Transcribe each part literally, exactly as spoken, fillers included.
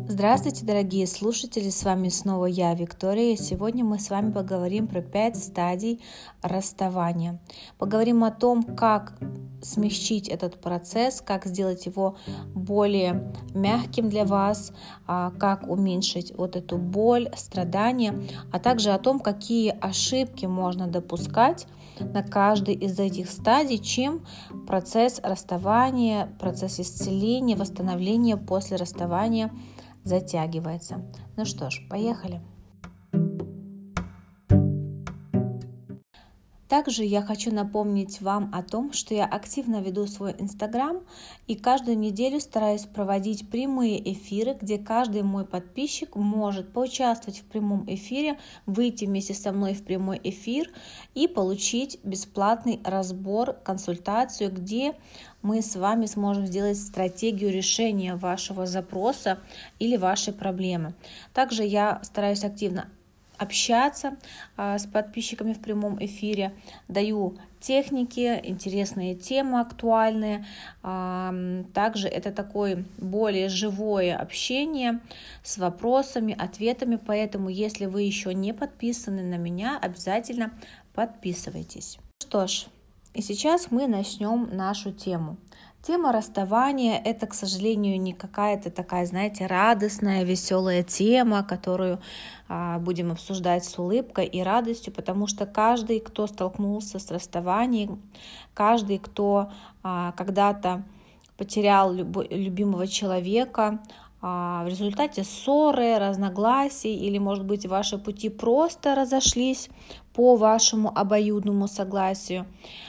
Здравствуйте, дорогие слушатели, с вами снова я, Виктория. Сегодня мы с вами поговорим про пять стадий расставания. Поговорим о том, как смягчить этот процесс, как сделать его более мягким для вас, как уменьшить вот эту боль, страдания, а также о том, какие ошибки можно допускать на каждой из этих стадий, чем процесс расставания, процесс исцеления, восстановления после расставания затягивается. Ну что ж, поехали. Также я хочу напомнить вам о том, что я активно веду свой Инстаграм и каждую неделю стараюсь проводить прямые эфиры, где каждый мой подписчик может поучаствовать в прямом эфире, выйти вместе со мной в прямой эфир и получить бесплатный разбор, консультацию, где мы с вами сможем сделать стратегию решения вашего запроса или вашей проблемы. Также я стараюсь активно общаться а, с подписчиками в прямом эфире, даю техники, интересные темы актуальные. А, также это такое более живое общение с вопросами, ответами, поэтому если вы еще не подписаны на меня, обязательно подписывайтесь. Что ж, и сейчас мы начнем нашу тему. Тема расставания – это, к сожалению, не какая-то такая, знаете, радостная, веселая тема, которую а, будем обсуждать с улыбкой и радостью, потому что каждый, кто столкнулся с расставанием, каждый, кто а, когда-то потерял люб- любимого человека, а, в результате ссоры, разногласий или, может быть, ваши пути просто разошлись по вашему обоюдному согласию,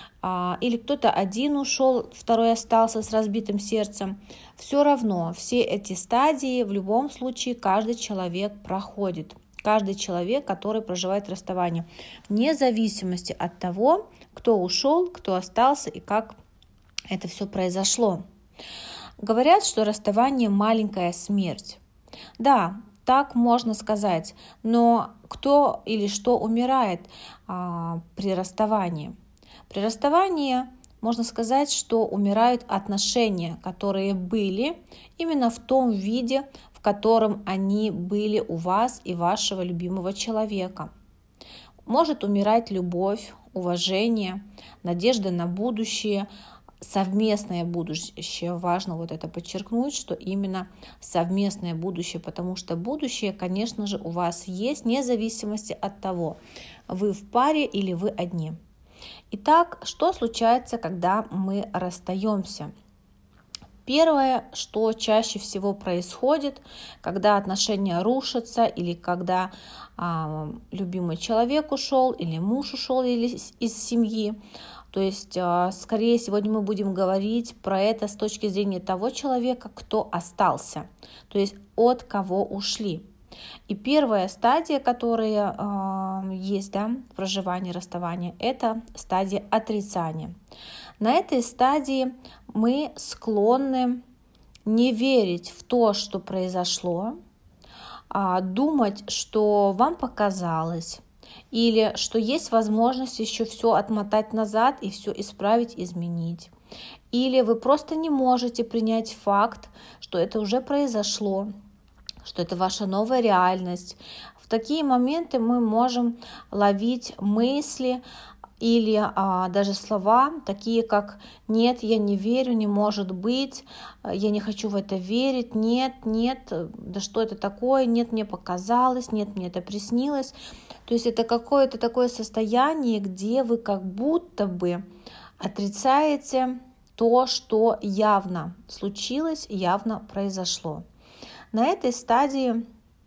или кто-то один ушел, второй остался с разбитым сердцем. Все равно, все эти стадии в любом случае каждый человек проходит. Каждый человек, который проживает расставание. Вне зависимости от того, кто ушел, кто остался и как это все произошло. Говорят, что расставание – маленькая смерть. Да, так можно сказать. Но кто или что умирает а, при расставании? При расставании можно сказать, что умирают отношения, которые были именно в том виде, в котором они были у вас и вашего любимого человека. Может умирать любовь, уважение, надежда на будущее, совместное будущее. Важно вот это подчеркнуть, что именно совместное будущее, потому что будущее, конечно же, у вас есть, вне зависимости от того, вы в паре или вы одни. Итак, что случается, когда мы расстаемся? Первое, что чаще всего происходит, когда отношения рушатся или когда а, любимый человек ушел или муж ушел из, из семьи. То есть, а, скорее, сегодня мы будем говорить про это с точки зрения того человека, кто остался, то есть от кого ушли. И первая стадия, которая э, есть да, в проживании расставания, это стадия отрицания. На этой стадии мы склонны не верить в то, что произошло, а думать, что вам показалось, или что есть возможность еще все отмотать назад и все исправить, изменить. Или вы просто не можете принять факт, что это уже произошло, что это ваша новая реальность. В такие моменты мы можем ловить мысли или а, даже слова, такие как «нет, я не верю, не может быть», «я не хочу в это верить», «нет, нет, да что это такое», «нет, мне показалось», «нет, мне это приснилось». То есть это какое-то такое состояние, где вы как будто бы отрицаете то, что явно случилось, явно произошло. На этой стадии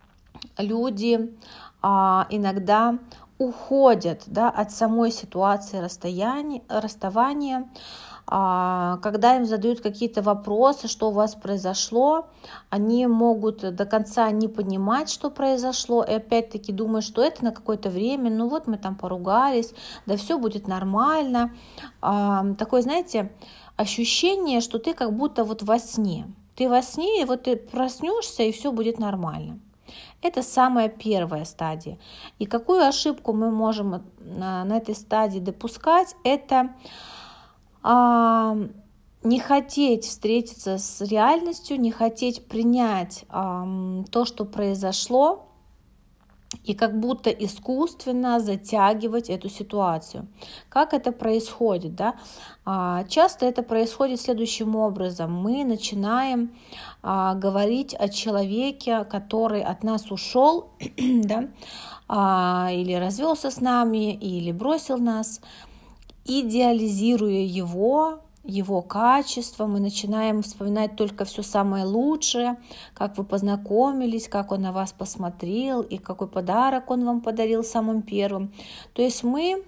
люди а, иногда уходят да, от самой ситуации расставания, а, когда им задают какие-то вопросы, что у вас произошло, они могут до конца не понимать, что произошло, и опять-таки думают, что это на какое-то время, ну вот мы там поругались, да все будет нормально. А, такое, знаете, ощущение, что ты как будто вот во сне. Ты во сне, и вот ты проснешься, и все будет нормально. Это самая первая стадия. И какую ошибку мы можем на, на этой стадии допускать? Это а, не хотеть встретиться с реальностью, не хотеть принять э, то, что произошло, и как будто искусственно затягивать эту ситуацию. Как это происходит? Да? А, часто это происходит следующим образом. Мы начинаем а, говорить о человеке, который от нас ушел, да? а, или развелся с нами, или бросил нас, идеализируя его, его качества, мы начинаем вспоминать только все самое лучшее, как вы познакомились, как он на вас посмотрел и какой подарок он вам подарил самым первым. То есть мы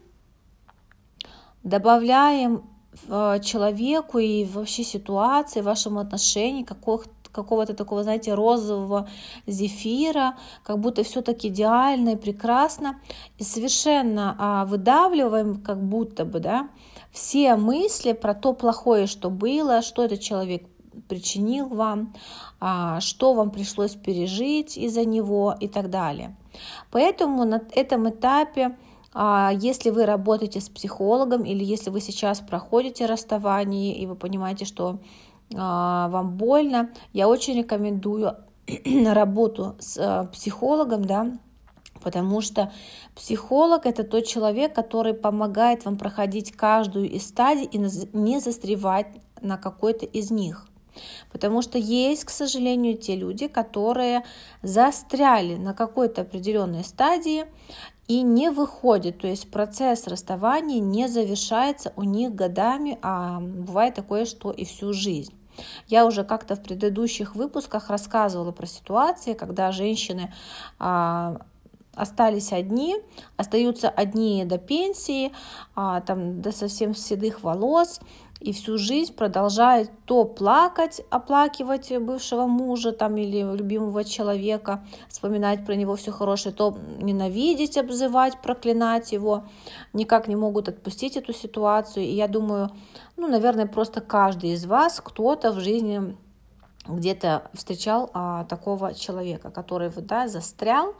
добавляем человеку и вообще ситуации, вашему отношению какого-то какого-то такого, знаете, розового зефира, как будто все так идеально и прекрасно, и совершенно выдавливаем, как будто бы, да, все мысли про то плохое, что было, что этот человек причинил вам, что вам пришлось пережить из-за него и так далее. Поэтому на этом этапе, если вы работаете с психологом или если вы сейчас проходите расставание и вы понимаете, что вам больно, я очень рекомендую работу с психологом, да, потому что психолог – это тот человек, который помогает вам проходить каждую из стадий и не застревать на какой-то из них. Потому что есть, к сожалению, те люди, которые застряли на какой-то определенной стадии и не выходят, то есть процесс расставания не завершается у них годами, а бывает такое, что и всю жизнь. Я уже как-то в предыдущих выпусках рассказывала про ситуации, когда женщины а, остались одни, остаются одни до пенсии, а, там, до совсем седых волос, и всю жизнь продолжают то плакать, оплакивать бывшего мужа там, или любимого человека, вспоминать про него все хорошее, то ненавидеть, обзывать, проклинать его, никак не могут отпустить эту ситуацию. И я думаю, ну, наверное, просто каждый из вас, кто-то в жизни где-то встречал а, такого человека, который вот, да, застрял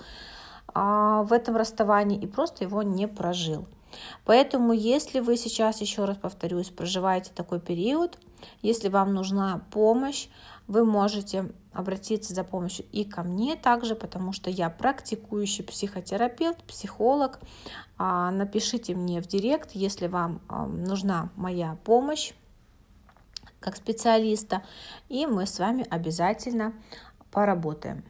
а, в этом расставании и просто его не прожил. Поэтому, если вы сейчас, еще раз повторюсь, проживаете такой период, если вам нужна помощь, вы можете обратиться за помощью и ко мне также, потому что я практикующий психотерапевт, психолог. Напишите мне в директ, если вам нужна моя помощь как специалиста, и мы с вами обязательно поработаем.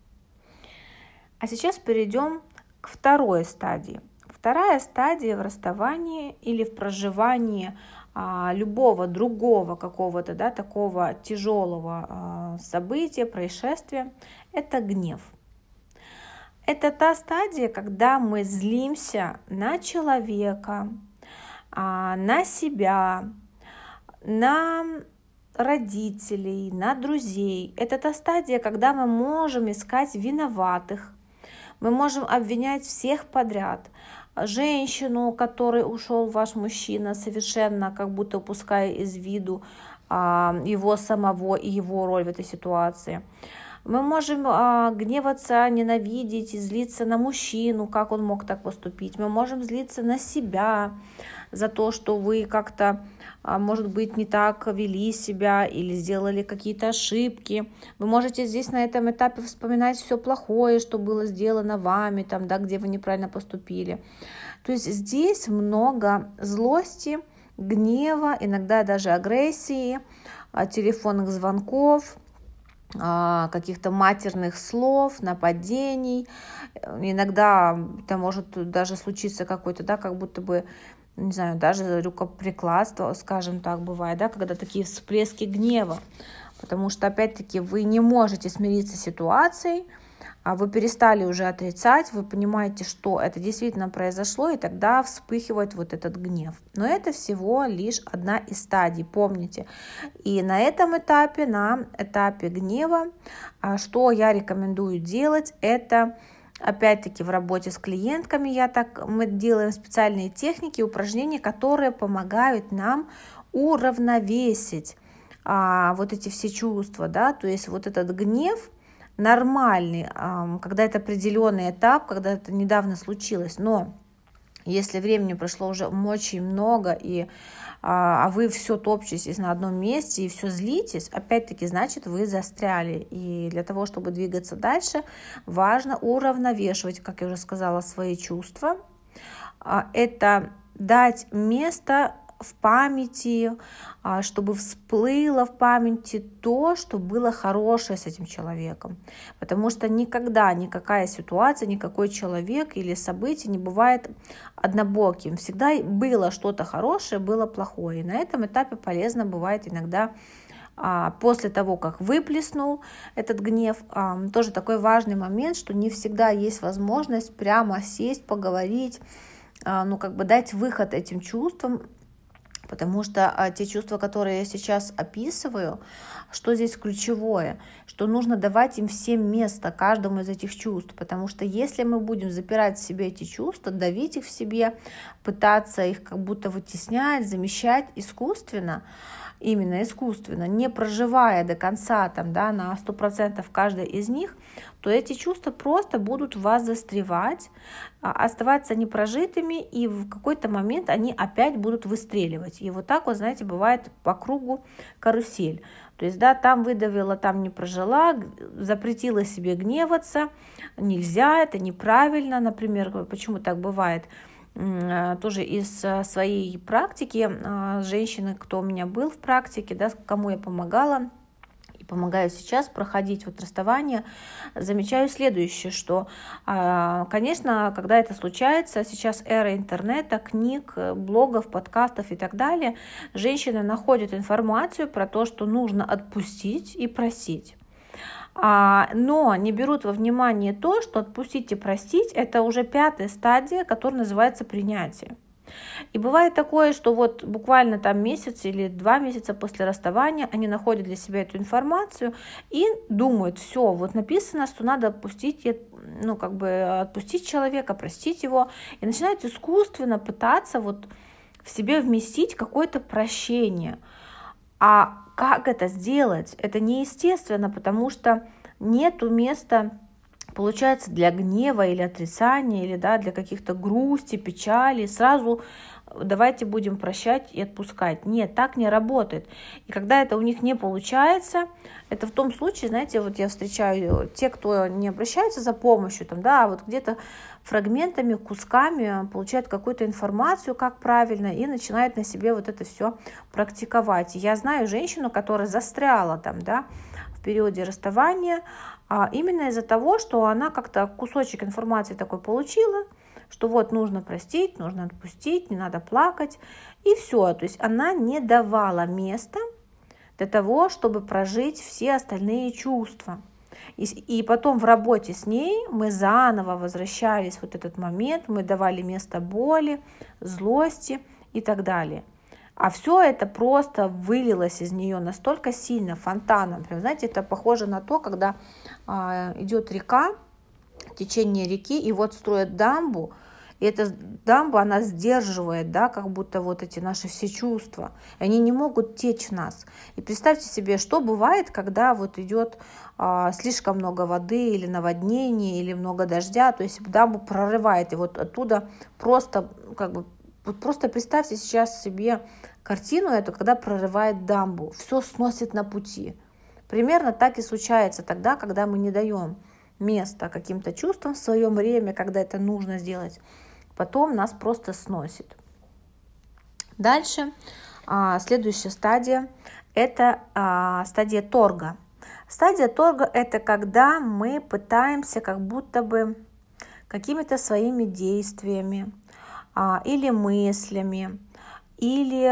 А сейчас перейдем к второй стадии. Вторая стадия в расставании или в проживании а, любого другого какого-то, да, такого тяжелого а, события, происшествия – это гнев. Это та стадия, когда мы злимся на человека, а, на себя, на родителей, на друзей. Это та стадия, когда мы можем искать виноватых, мы можем обвинять всех подряд. Женщину, которой ушел ваш мужчина, совершенно как будто упуская из виду а, его самого и его роль в этой ситуации. Мы можем а, гневаться, ненавидеть и злиться на мужчину, как он мог так поступить. Мы можем злиться на себя за то, что вы как-то, а, может быть, не так вели себя или сделали какие-то ошибки. Вы можете здесь на этом этапе вспоминать все плохое, что было сделано вами, там, да, где вы неправильно поступили. То есть здесь много злости, гнева, иногда даже агрессии, телефонных звонков, каких-то матерных слов, нападений. Иногда это может даже случиться какой-то, да, как будто бы, не знаю, даже рукоприкладство, скажем так, бывает, да, когда такие всплески гнева. Потому что, опять-таки, вы не можете смириться с ситуацией, а вы перестали уже отрицать, вы понимаете, что это действительно произошло, и тогда вспыхивает вот этот гнев. Но это всего лишь одна из стадий, помните. И на этом этапе, на этапе гнева, что я рекомендую делать, это, опять-таки, в работе с клиентками я так, мы делаем специальные техники, упражнения, которые помогают нам уравновесить а, вот эти все чувства, да, то есть вот этот гнев, нормальный, когда это определенный этап, когда это недавно случилось, но Если времени прошло уже очень много, и, а, а вы все топчетесь на одном месте и все злитесь, опять-таки, значит, вы застряли. И для того, чтобы двигаться дальше, важно уравновешивать, как я уже сказала, свои чувства. А, это дать место в памяти, чтобы всплыло в памяти то, что было хорошее с этим человеком. Потому что никогда никакая ситуация, никакой человек или событие не бывает однобоким. Всегда было что-то хорошее, было плохое. И на этом этапе полезно бывает иногда после того, как выплеснул этот гнев, тоже такой важный момент, что не всегда есть возможность прямо сесть, поговорить, ну как бы дать выход этим чувствам. Потому что а, те чувства, которые я сейчас описываю, что здесь ключевое, что нужно давать им всем место, каждому из этих чувств. Потому что если мы будем запирать в себе эти чувства, давить их в себе, пытаться их как будто вытеснять, замещать искусственно, именно искусственно, не проживая до конца там, да, на сто процентов каждая из них, то эти чувства просто будут в вас застревать, оставаться непрожитыми, и в какой-то момент они опять будут выстреливать. И вот так вот, знаете, бывает по кругу карусель. То есть, да, там выдавила, там не прожила, запретила себе гневаться, нельзя, это неправильно, например, почему так бывает? Тоже из своей практики, женщины, кто у меня был в практике, да, кому я помогала и помогаю сейчас проходить вот расставание, замечаю следующее, что, конечно, когда это случается, сейчас эра интернета, книг, блогов, подкастов и так далее, женщины находят информацию про то, что нужно отпустить и просить. Но не берут во внимание то, что отпустить и простить – это уже пятая стадия, которая называется принятие. И бывает такое, что вот буквально там месяц или два месяца после расставания они находят для себя эту информацию и думают, все, вот написано, что надо отпустить, ну как бы отпустить человека, простить его, и начинают искусственно пытаться вот в себе вместить какое-то прощение. А как это сделать? Это неестественно, потому что нету места, получается, для гнева или отрицания, или да, для каких-то грусти, печали. Сразу давайте будем прощать и отпускать. Нет, так не работает. И когда это у них не получается, это в том случае, знаете, вот я встречаю те, кто не обращаются за помощью, там, да, а вот где-то фрагментами, кусками получают какую-то информацию, как правильно, и начинают на себе вот это все практиковать. И я знаю женщину, которая застряла там, да, в периоде расставания, а именно из-за того, что она как-то кусочек информации такой получила, что вот нужно простить, нужно отпустить, не надо плакать, и все. То есть она не давала места для того, чтобы прожить все остальные чувства. И, и потом в работе с ней мы заново возвращались в вот этот момент, мы давали место боли, злости и так далее. А все это просто вылилось из нее настолько сильно, фонтаном. Прям, знаете, это похоже на то, когда а, идет река, течение реки, и вот строят дамбу, и эта дамба, она сдерживает, да, как будто вот эти наши все чувства. И они не могут течь в нас. И представьте себе, что бывает, когда вот идет а, слишком много воды или наводнение, или много дождя, то есть дамбу прорывает, и вот оттуда просто, как бы, вот просто представьте сейчас себе картину эту, когда прорывает дамбу, все сносит на пути. Примерно так и случается тогда, когда мы не даем место каким-то чувствам в свое время, когда это нужно сделать. Потом нас просто сносит. Дальше, следующая стадия, это стадия торга. Стадия торга – это когда мы пытаемся как будто бы какими-то своими действиями или мыслями, или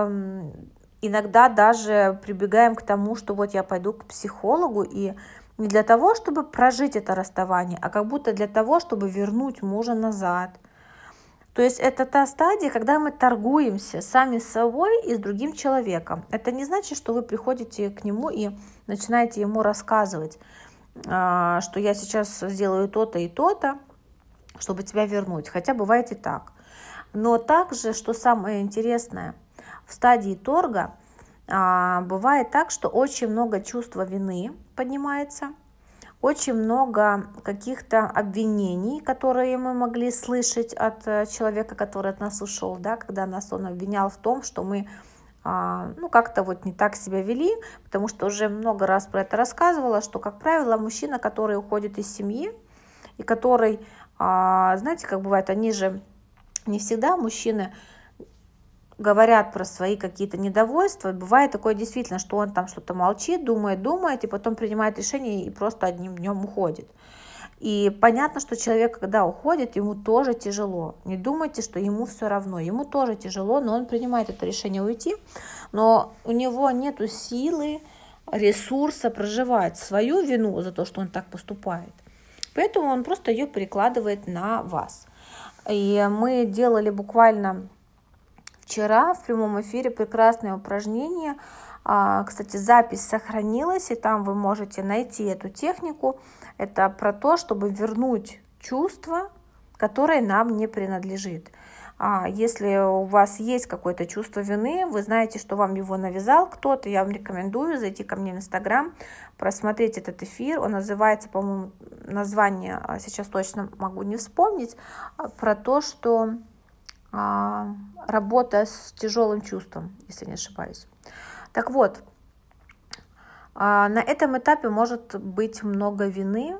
иногда даже прибегаем к тому, что вот я пойду к психологу, и не для того, чтобы прожить это расставание, а как будто для того, чтобы вернуть мужа назад. То есть это та стадия, когда мы торгуемся сами с собой и с другим человеком. Это не значит, что вы приходите к нему и начинаете ему рассказывать, что я сейчас сделаю то-то и то-то, чтобы тебя вернуть. Хотя бывает и так. Но также, что самое интересное, в стадии торга бывает так, что очень много чувства вины поднимается, очень много каких-то обвинений, которые мы могли слышать от человека, который от нас ушел, да, когда нас он обвинял в том, что мы ну, как-то вот не так себя вели, потому что уже много раз про это рассказывала, что, как правило, мужчина, который уходит из семьи, и который, знаете, как бывает, они же не всегда, мужчины, говорят про свои какие-то недовольства. Бывает такое действительно, что он там что-то молчит, думает, думает, и потом принимает решение и просто одним днем уходит. И понятно, что человек, когда уходит, ему тоже тяжело. Не думайте, что ему все равно. Ему тоже тяжело, но он принимает это решение уйти. Но у него нет силы, ресурса проживать свою вину за то, что он так поступает. Поэтому он просто ее перекладывает на вас. И мы делали буквально вчера в прямом эфире прекрасное упражнение. Кстати, запись сохранилась, и там вы можете найти эту технику. Это про то, чтобы вернуть чувство, которое нам не принадлежит. Если у вас есть какое-то чувство вины, вы знаете, что вам его навязал кто-то, я вам рекомендую зайти ко мне в Инстаграм, просмотреть этот эфир. Он называется, по-моему, название сейчас точно могу не вспомнить, про то, что работа с тяжелым чувством, если не ошибаюсь. Так вот, на этом этапе может быть много вины,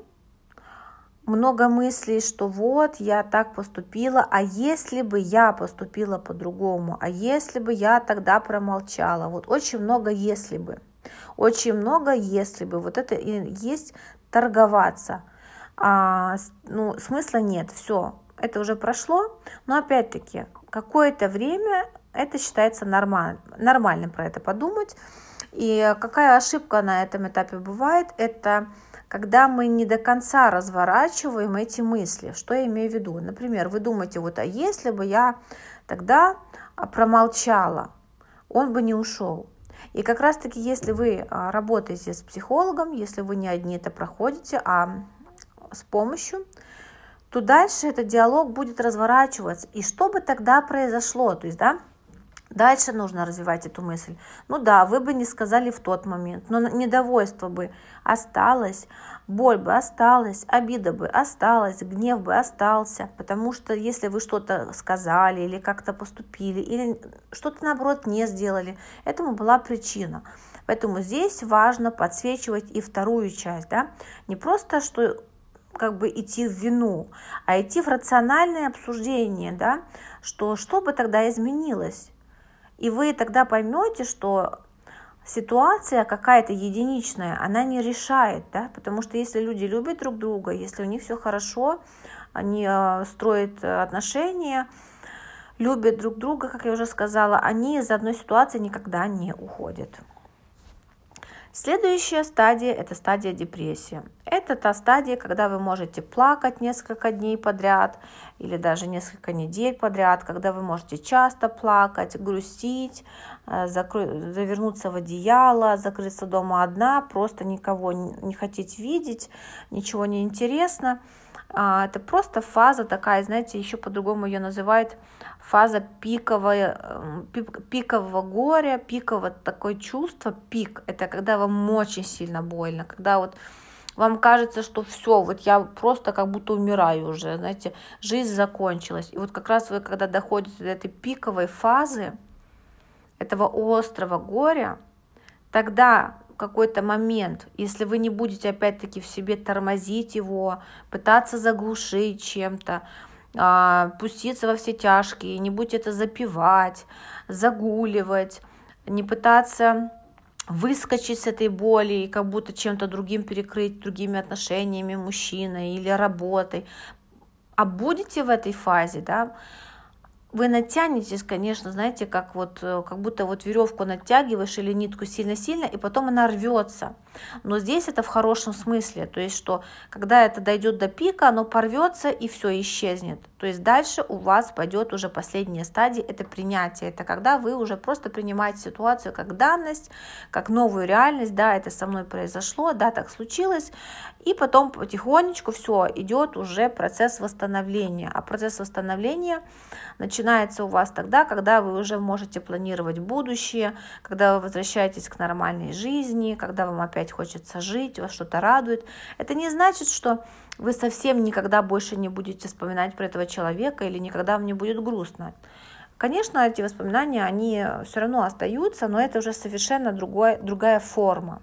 много мыслей, что вот я так поступила, а если бы я поступила по-другому, а если бы я тогда промолчала, вот очень много если бы, очень много если бы, вот это и есть торговаться, а, ну, смысла нет, все, это уже прошло, но опять-таки какое-то время это считается нормаль, нормальным про это подумать. И какая ошибка на этом этапе бывает, это когда мы не до конца разворачиваем эти мысли. Что я имею в виду? Например, вы думаете, вот, а если бы я тогда промолчала, он бы не ушел. И как раз-таки, если вы работаете с психологом, если вы не одни это проходите, а с помощью, то дальше этот диалог будет разворачиваться. И что бы тогда произошло? То есть, да, дальше нужно развивать эту мысль. Ну да, вы бы не сказали в тот момент, но недовольство бы осталось, боль бы осталась, обида бы осталась, гнев бы остался, потому что если вы что-то сказали или как-то поступили, или что-то наоборот не сделали, этому была причина. Поэтому здесь важно подсвечивать и вторую часть, да, не просто что как бы идти в вину, а идти в рациональное обсуждение, да, что что бы тогда изменилось. И вы тогда поймете, что ситуация какая-то единичная, она не решает, да, потому что если люди любят друг друга, если у них все хорошо, они строят отношения, любят друг друга, как я уже сказала, они из одной ситуации никогда не уходят. Следующая стадия – это стадия депрессии. Это та стадия, когда вы можете плакать несколько дней подряд или даже несколько недель подряд, когда вы можете часто плакать, грустить, закры... завернуться в одеяло, закрыться дома одна, просто никого не хотеть видеть, ничего не интересно. Это просто фаза такая, знаете, еще по-другому ее называют, фаза пикового, пикового горя, пикового такое чувство, пик, это когда вам очень сильно больно, когда вот вам кажется, что все, вот я просто как будто умираю уже, знаете, жизнь закончилась. И вот как раз вы, когда доходите до этой пиковой фазы, этого острого горя, тогда в какой-то момент, если вы не будете опять-таки в себе тормозить его, пытаться заглушить чем-то, пуститься во все тяжкие, не будете это запивать, загуливать, не пытаться выскочить с этой боли и как будто чем-то другим перекрыть, другими отношениями мужчиной или работой, а будете в этой фазе, да, вы натянетесь, конечно, знаете, как, вот, как будто вот веревку натягиваешь или нитку сильно-сильно, и потом она рвется. Но здесь это в хорошем смысле, то есть, что когда это дойдет до пика, оно порвется и все, исчезнет. То То есть дальше у вас пойдет уже последняя стадия, это принятие. Это когда вы уже просто принимаете ситуацию как данность, как новую реальность. Да, это со мной произошло, да, так случилось. И потом потихонечку все, идет уже процесс восстановления. А процесс восстановления начинается у вас тогда, когда вы уже можете планировать будущее, когда вы возвращаетесь к нормальной жизни, когда вам опять хочется жить, вас что-то радует. Это не значит, что вы совсем никогда больше не будете вспоминать про этого человека или никогда вам не будет грустно. Конечно, эти воспоминания, они все равно остаются, но это уже совершенно другой, другая форма.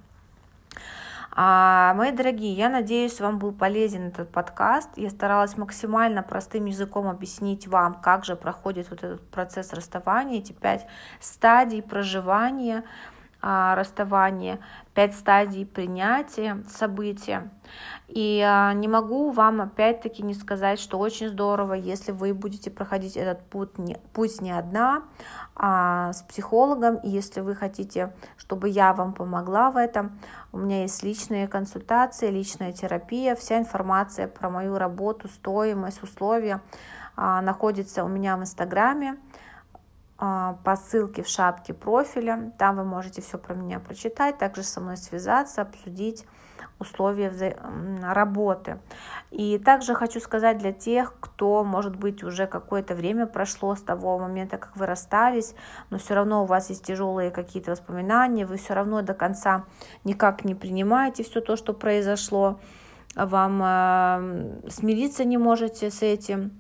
А, мои дорогие, я надеюсь, вам был полезен этот подкаст. Я старалась максимально простым языком объяснить вам, как же проходит вот этот процесс расставания, эти пять стадий проживания а, расставания, пять стадий принятия события. И а, не могу вам опять-таки не сказать, что очень здорово, если вы будете проходить этот путь не, путь не одна, а с психологом. И если вы хотите, чтобы я вам помогла в этом, у меня есть личные консультации, личная терапия. Вся информация про мою работу, стоимость, условия а, находится у меня в Инстаграме а, по ссылке в шапке профиля. Там вы можете все про меня прочитать, также со мной связаться, обсудить условия вза- работы. И также хочу сказать для тех, кто, может быть, уже какое-то время прошло с того момента, как вы расстались, но все равно у вас есть тяжелые какие-то воспоминания, вы все равно до конца никак не принимаете все то, что произошло, вам э, смириться не можете с этим,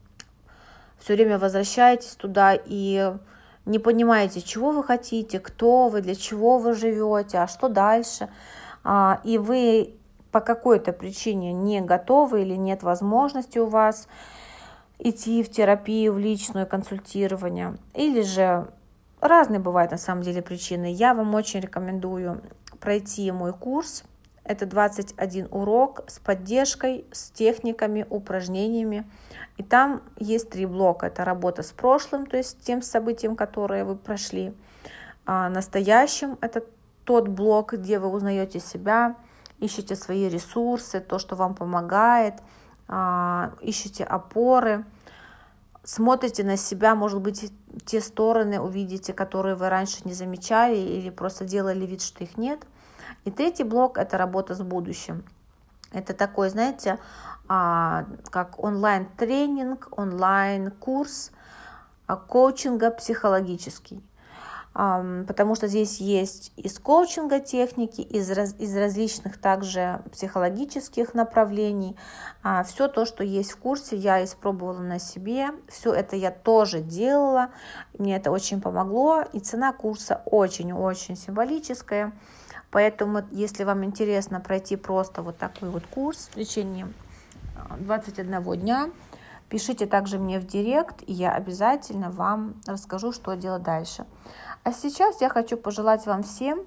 все время возвращаетесь туда и не понимаете, чего вы хотите, кто вы, для чего вы живете, а что дальше. И вы по какой-то причине не готовы или нет возможности у вас идти в терапию, в личное консультирование, или же разные бывают на самом деле причины. Я вам очень рекомендую пройти мой курс. Это двадцать один урок с поддержкой, с техниками, упражнениями. И там есть три блока. Это работа с прошлым, то есть тем событием, которое вы прошли. А настоящим – это тот блок, где вы узнаете себя, ищете свои ресурсы, то, что вам помогает, ищете опоры, смотрите на себя, может быть, те стороны увидите, которые вы раньше не замечали или просто делали вид, что их нет. И третий блок – это работа с будущим. Это такой, знаете, как онлайн-тренинг, онлайн-курс коучинга психологический. Потому что здесь есть из коучинга техники, из, раз, из различных также психологических направлений. Все то, что есть в курсе, я испробовала на себе. Все это я тоже делала. Мне это очень помогло. И цена курса очень-очень символическая. Поэтому, если вам интересно пройти просто вот такой вот курс в течение двадцати одного дня, пишите также мне в директ, и я обязательно вам расскажу, что делать дальше. А сейчас я хочу пожелать вам всем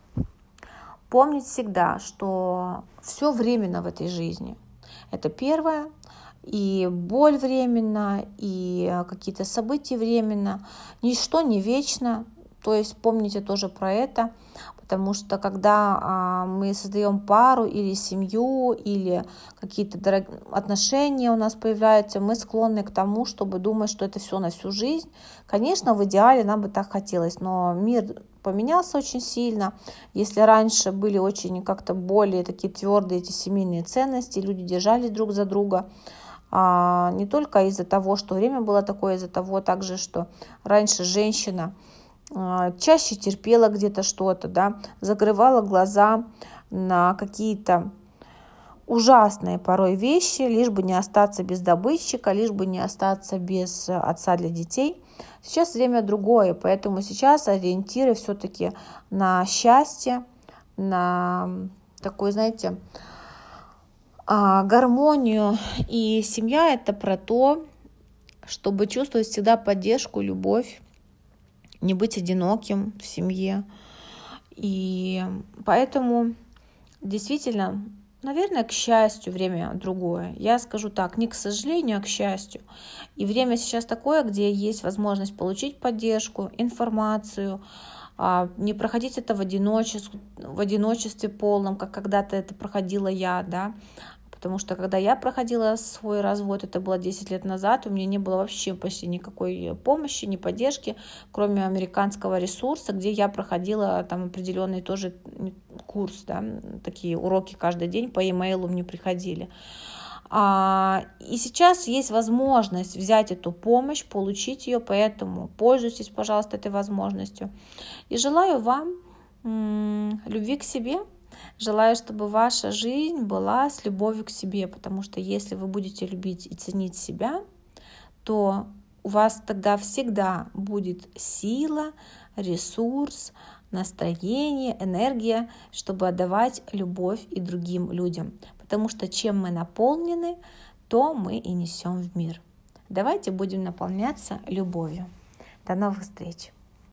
помнить всегда, что все временно в этой жизни. Это первое. И боль временна, и какие-то события временно. Ничто не вечно. То есть помните тоже про это. Потому что когда а, мы создаем пару или семью, или какие-то дорог... отношения у нас появляются, мы склонны к тому, чтобы думать, что это все на всю жизнь. Конечно, в идеале нам бы так хотелось, но мир поменялся очень сильно. Если раньше были очень как-то более такие твердые эти семейные ценности, люди держались друг за друга, а, не только из-за того, что время было такое, из-за того также, что раньше женщина чаще терпела где-то что-то, да, закрывала глаза на какие-то ужасные порой вещи, лишь бы не остаться без добытчика, лишь бы не остаться без отца для детей. Сейчас время другое, поэтому сейчас ориентиры все-таки на счастье, на такой, знаете, гармонию. И семья – это про то, чтобы чувствовать всегда поддержку, любовь, не быть одиноким в семье. И поэтому действительно, наверное, к счастью, время другое. Я скажу так, не к сожалению, а к счастью. И время сейчас такое, где есть возможность получить поддержку, информацию, не проходить это в одиночестве, в одиночестве полном, как когда-то это проходила я, да, Потому что когда я проходила свой развод, это было десять лет назад, у меня не было вообще почти никакой помощи, ни поддержки, кроме американского ресурса, где я проходила там определенный тоже курс, да, такие уроки каждый день по e-mail мне приходили. А, и сейчас есть возможность взять эту помощь, получить ее, поэтому пользуйтесь, пожалуйста, этой возможностью. И желаю вам м- любви к себе. Желаю, чтобы ваша жизнь была с любовью к себе, потому что если вы будете любить и ценить себя, то у вас тогда всегда будет сила, ресурс, настроение, энергия, чтобы отдавать любовь и другим людям. Потому что чем мы наполнены, то мы и несем в мир. Давайте будем наполняться любовью. До новых встреч!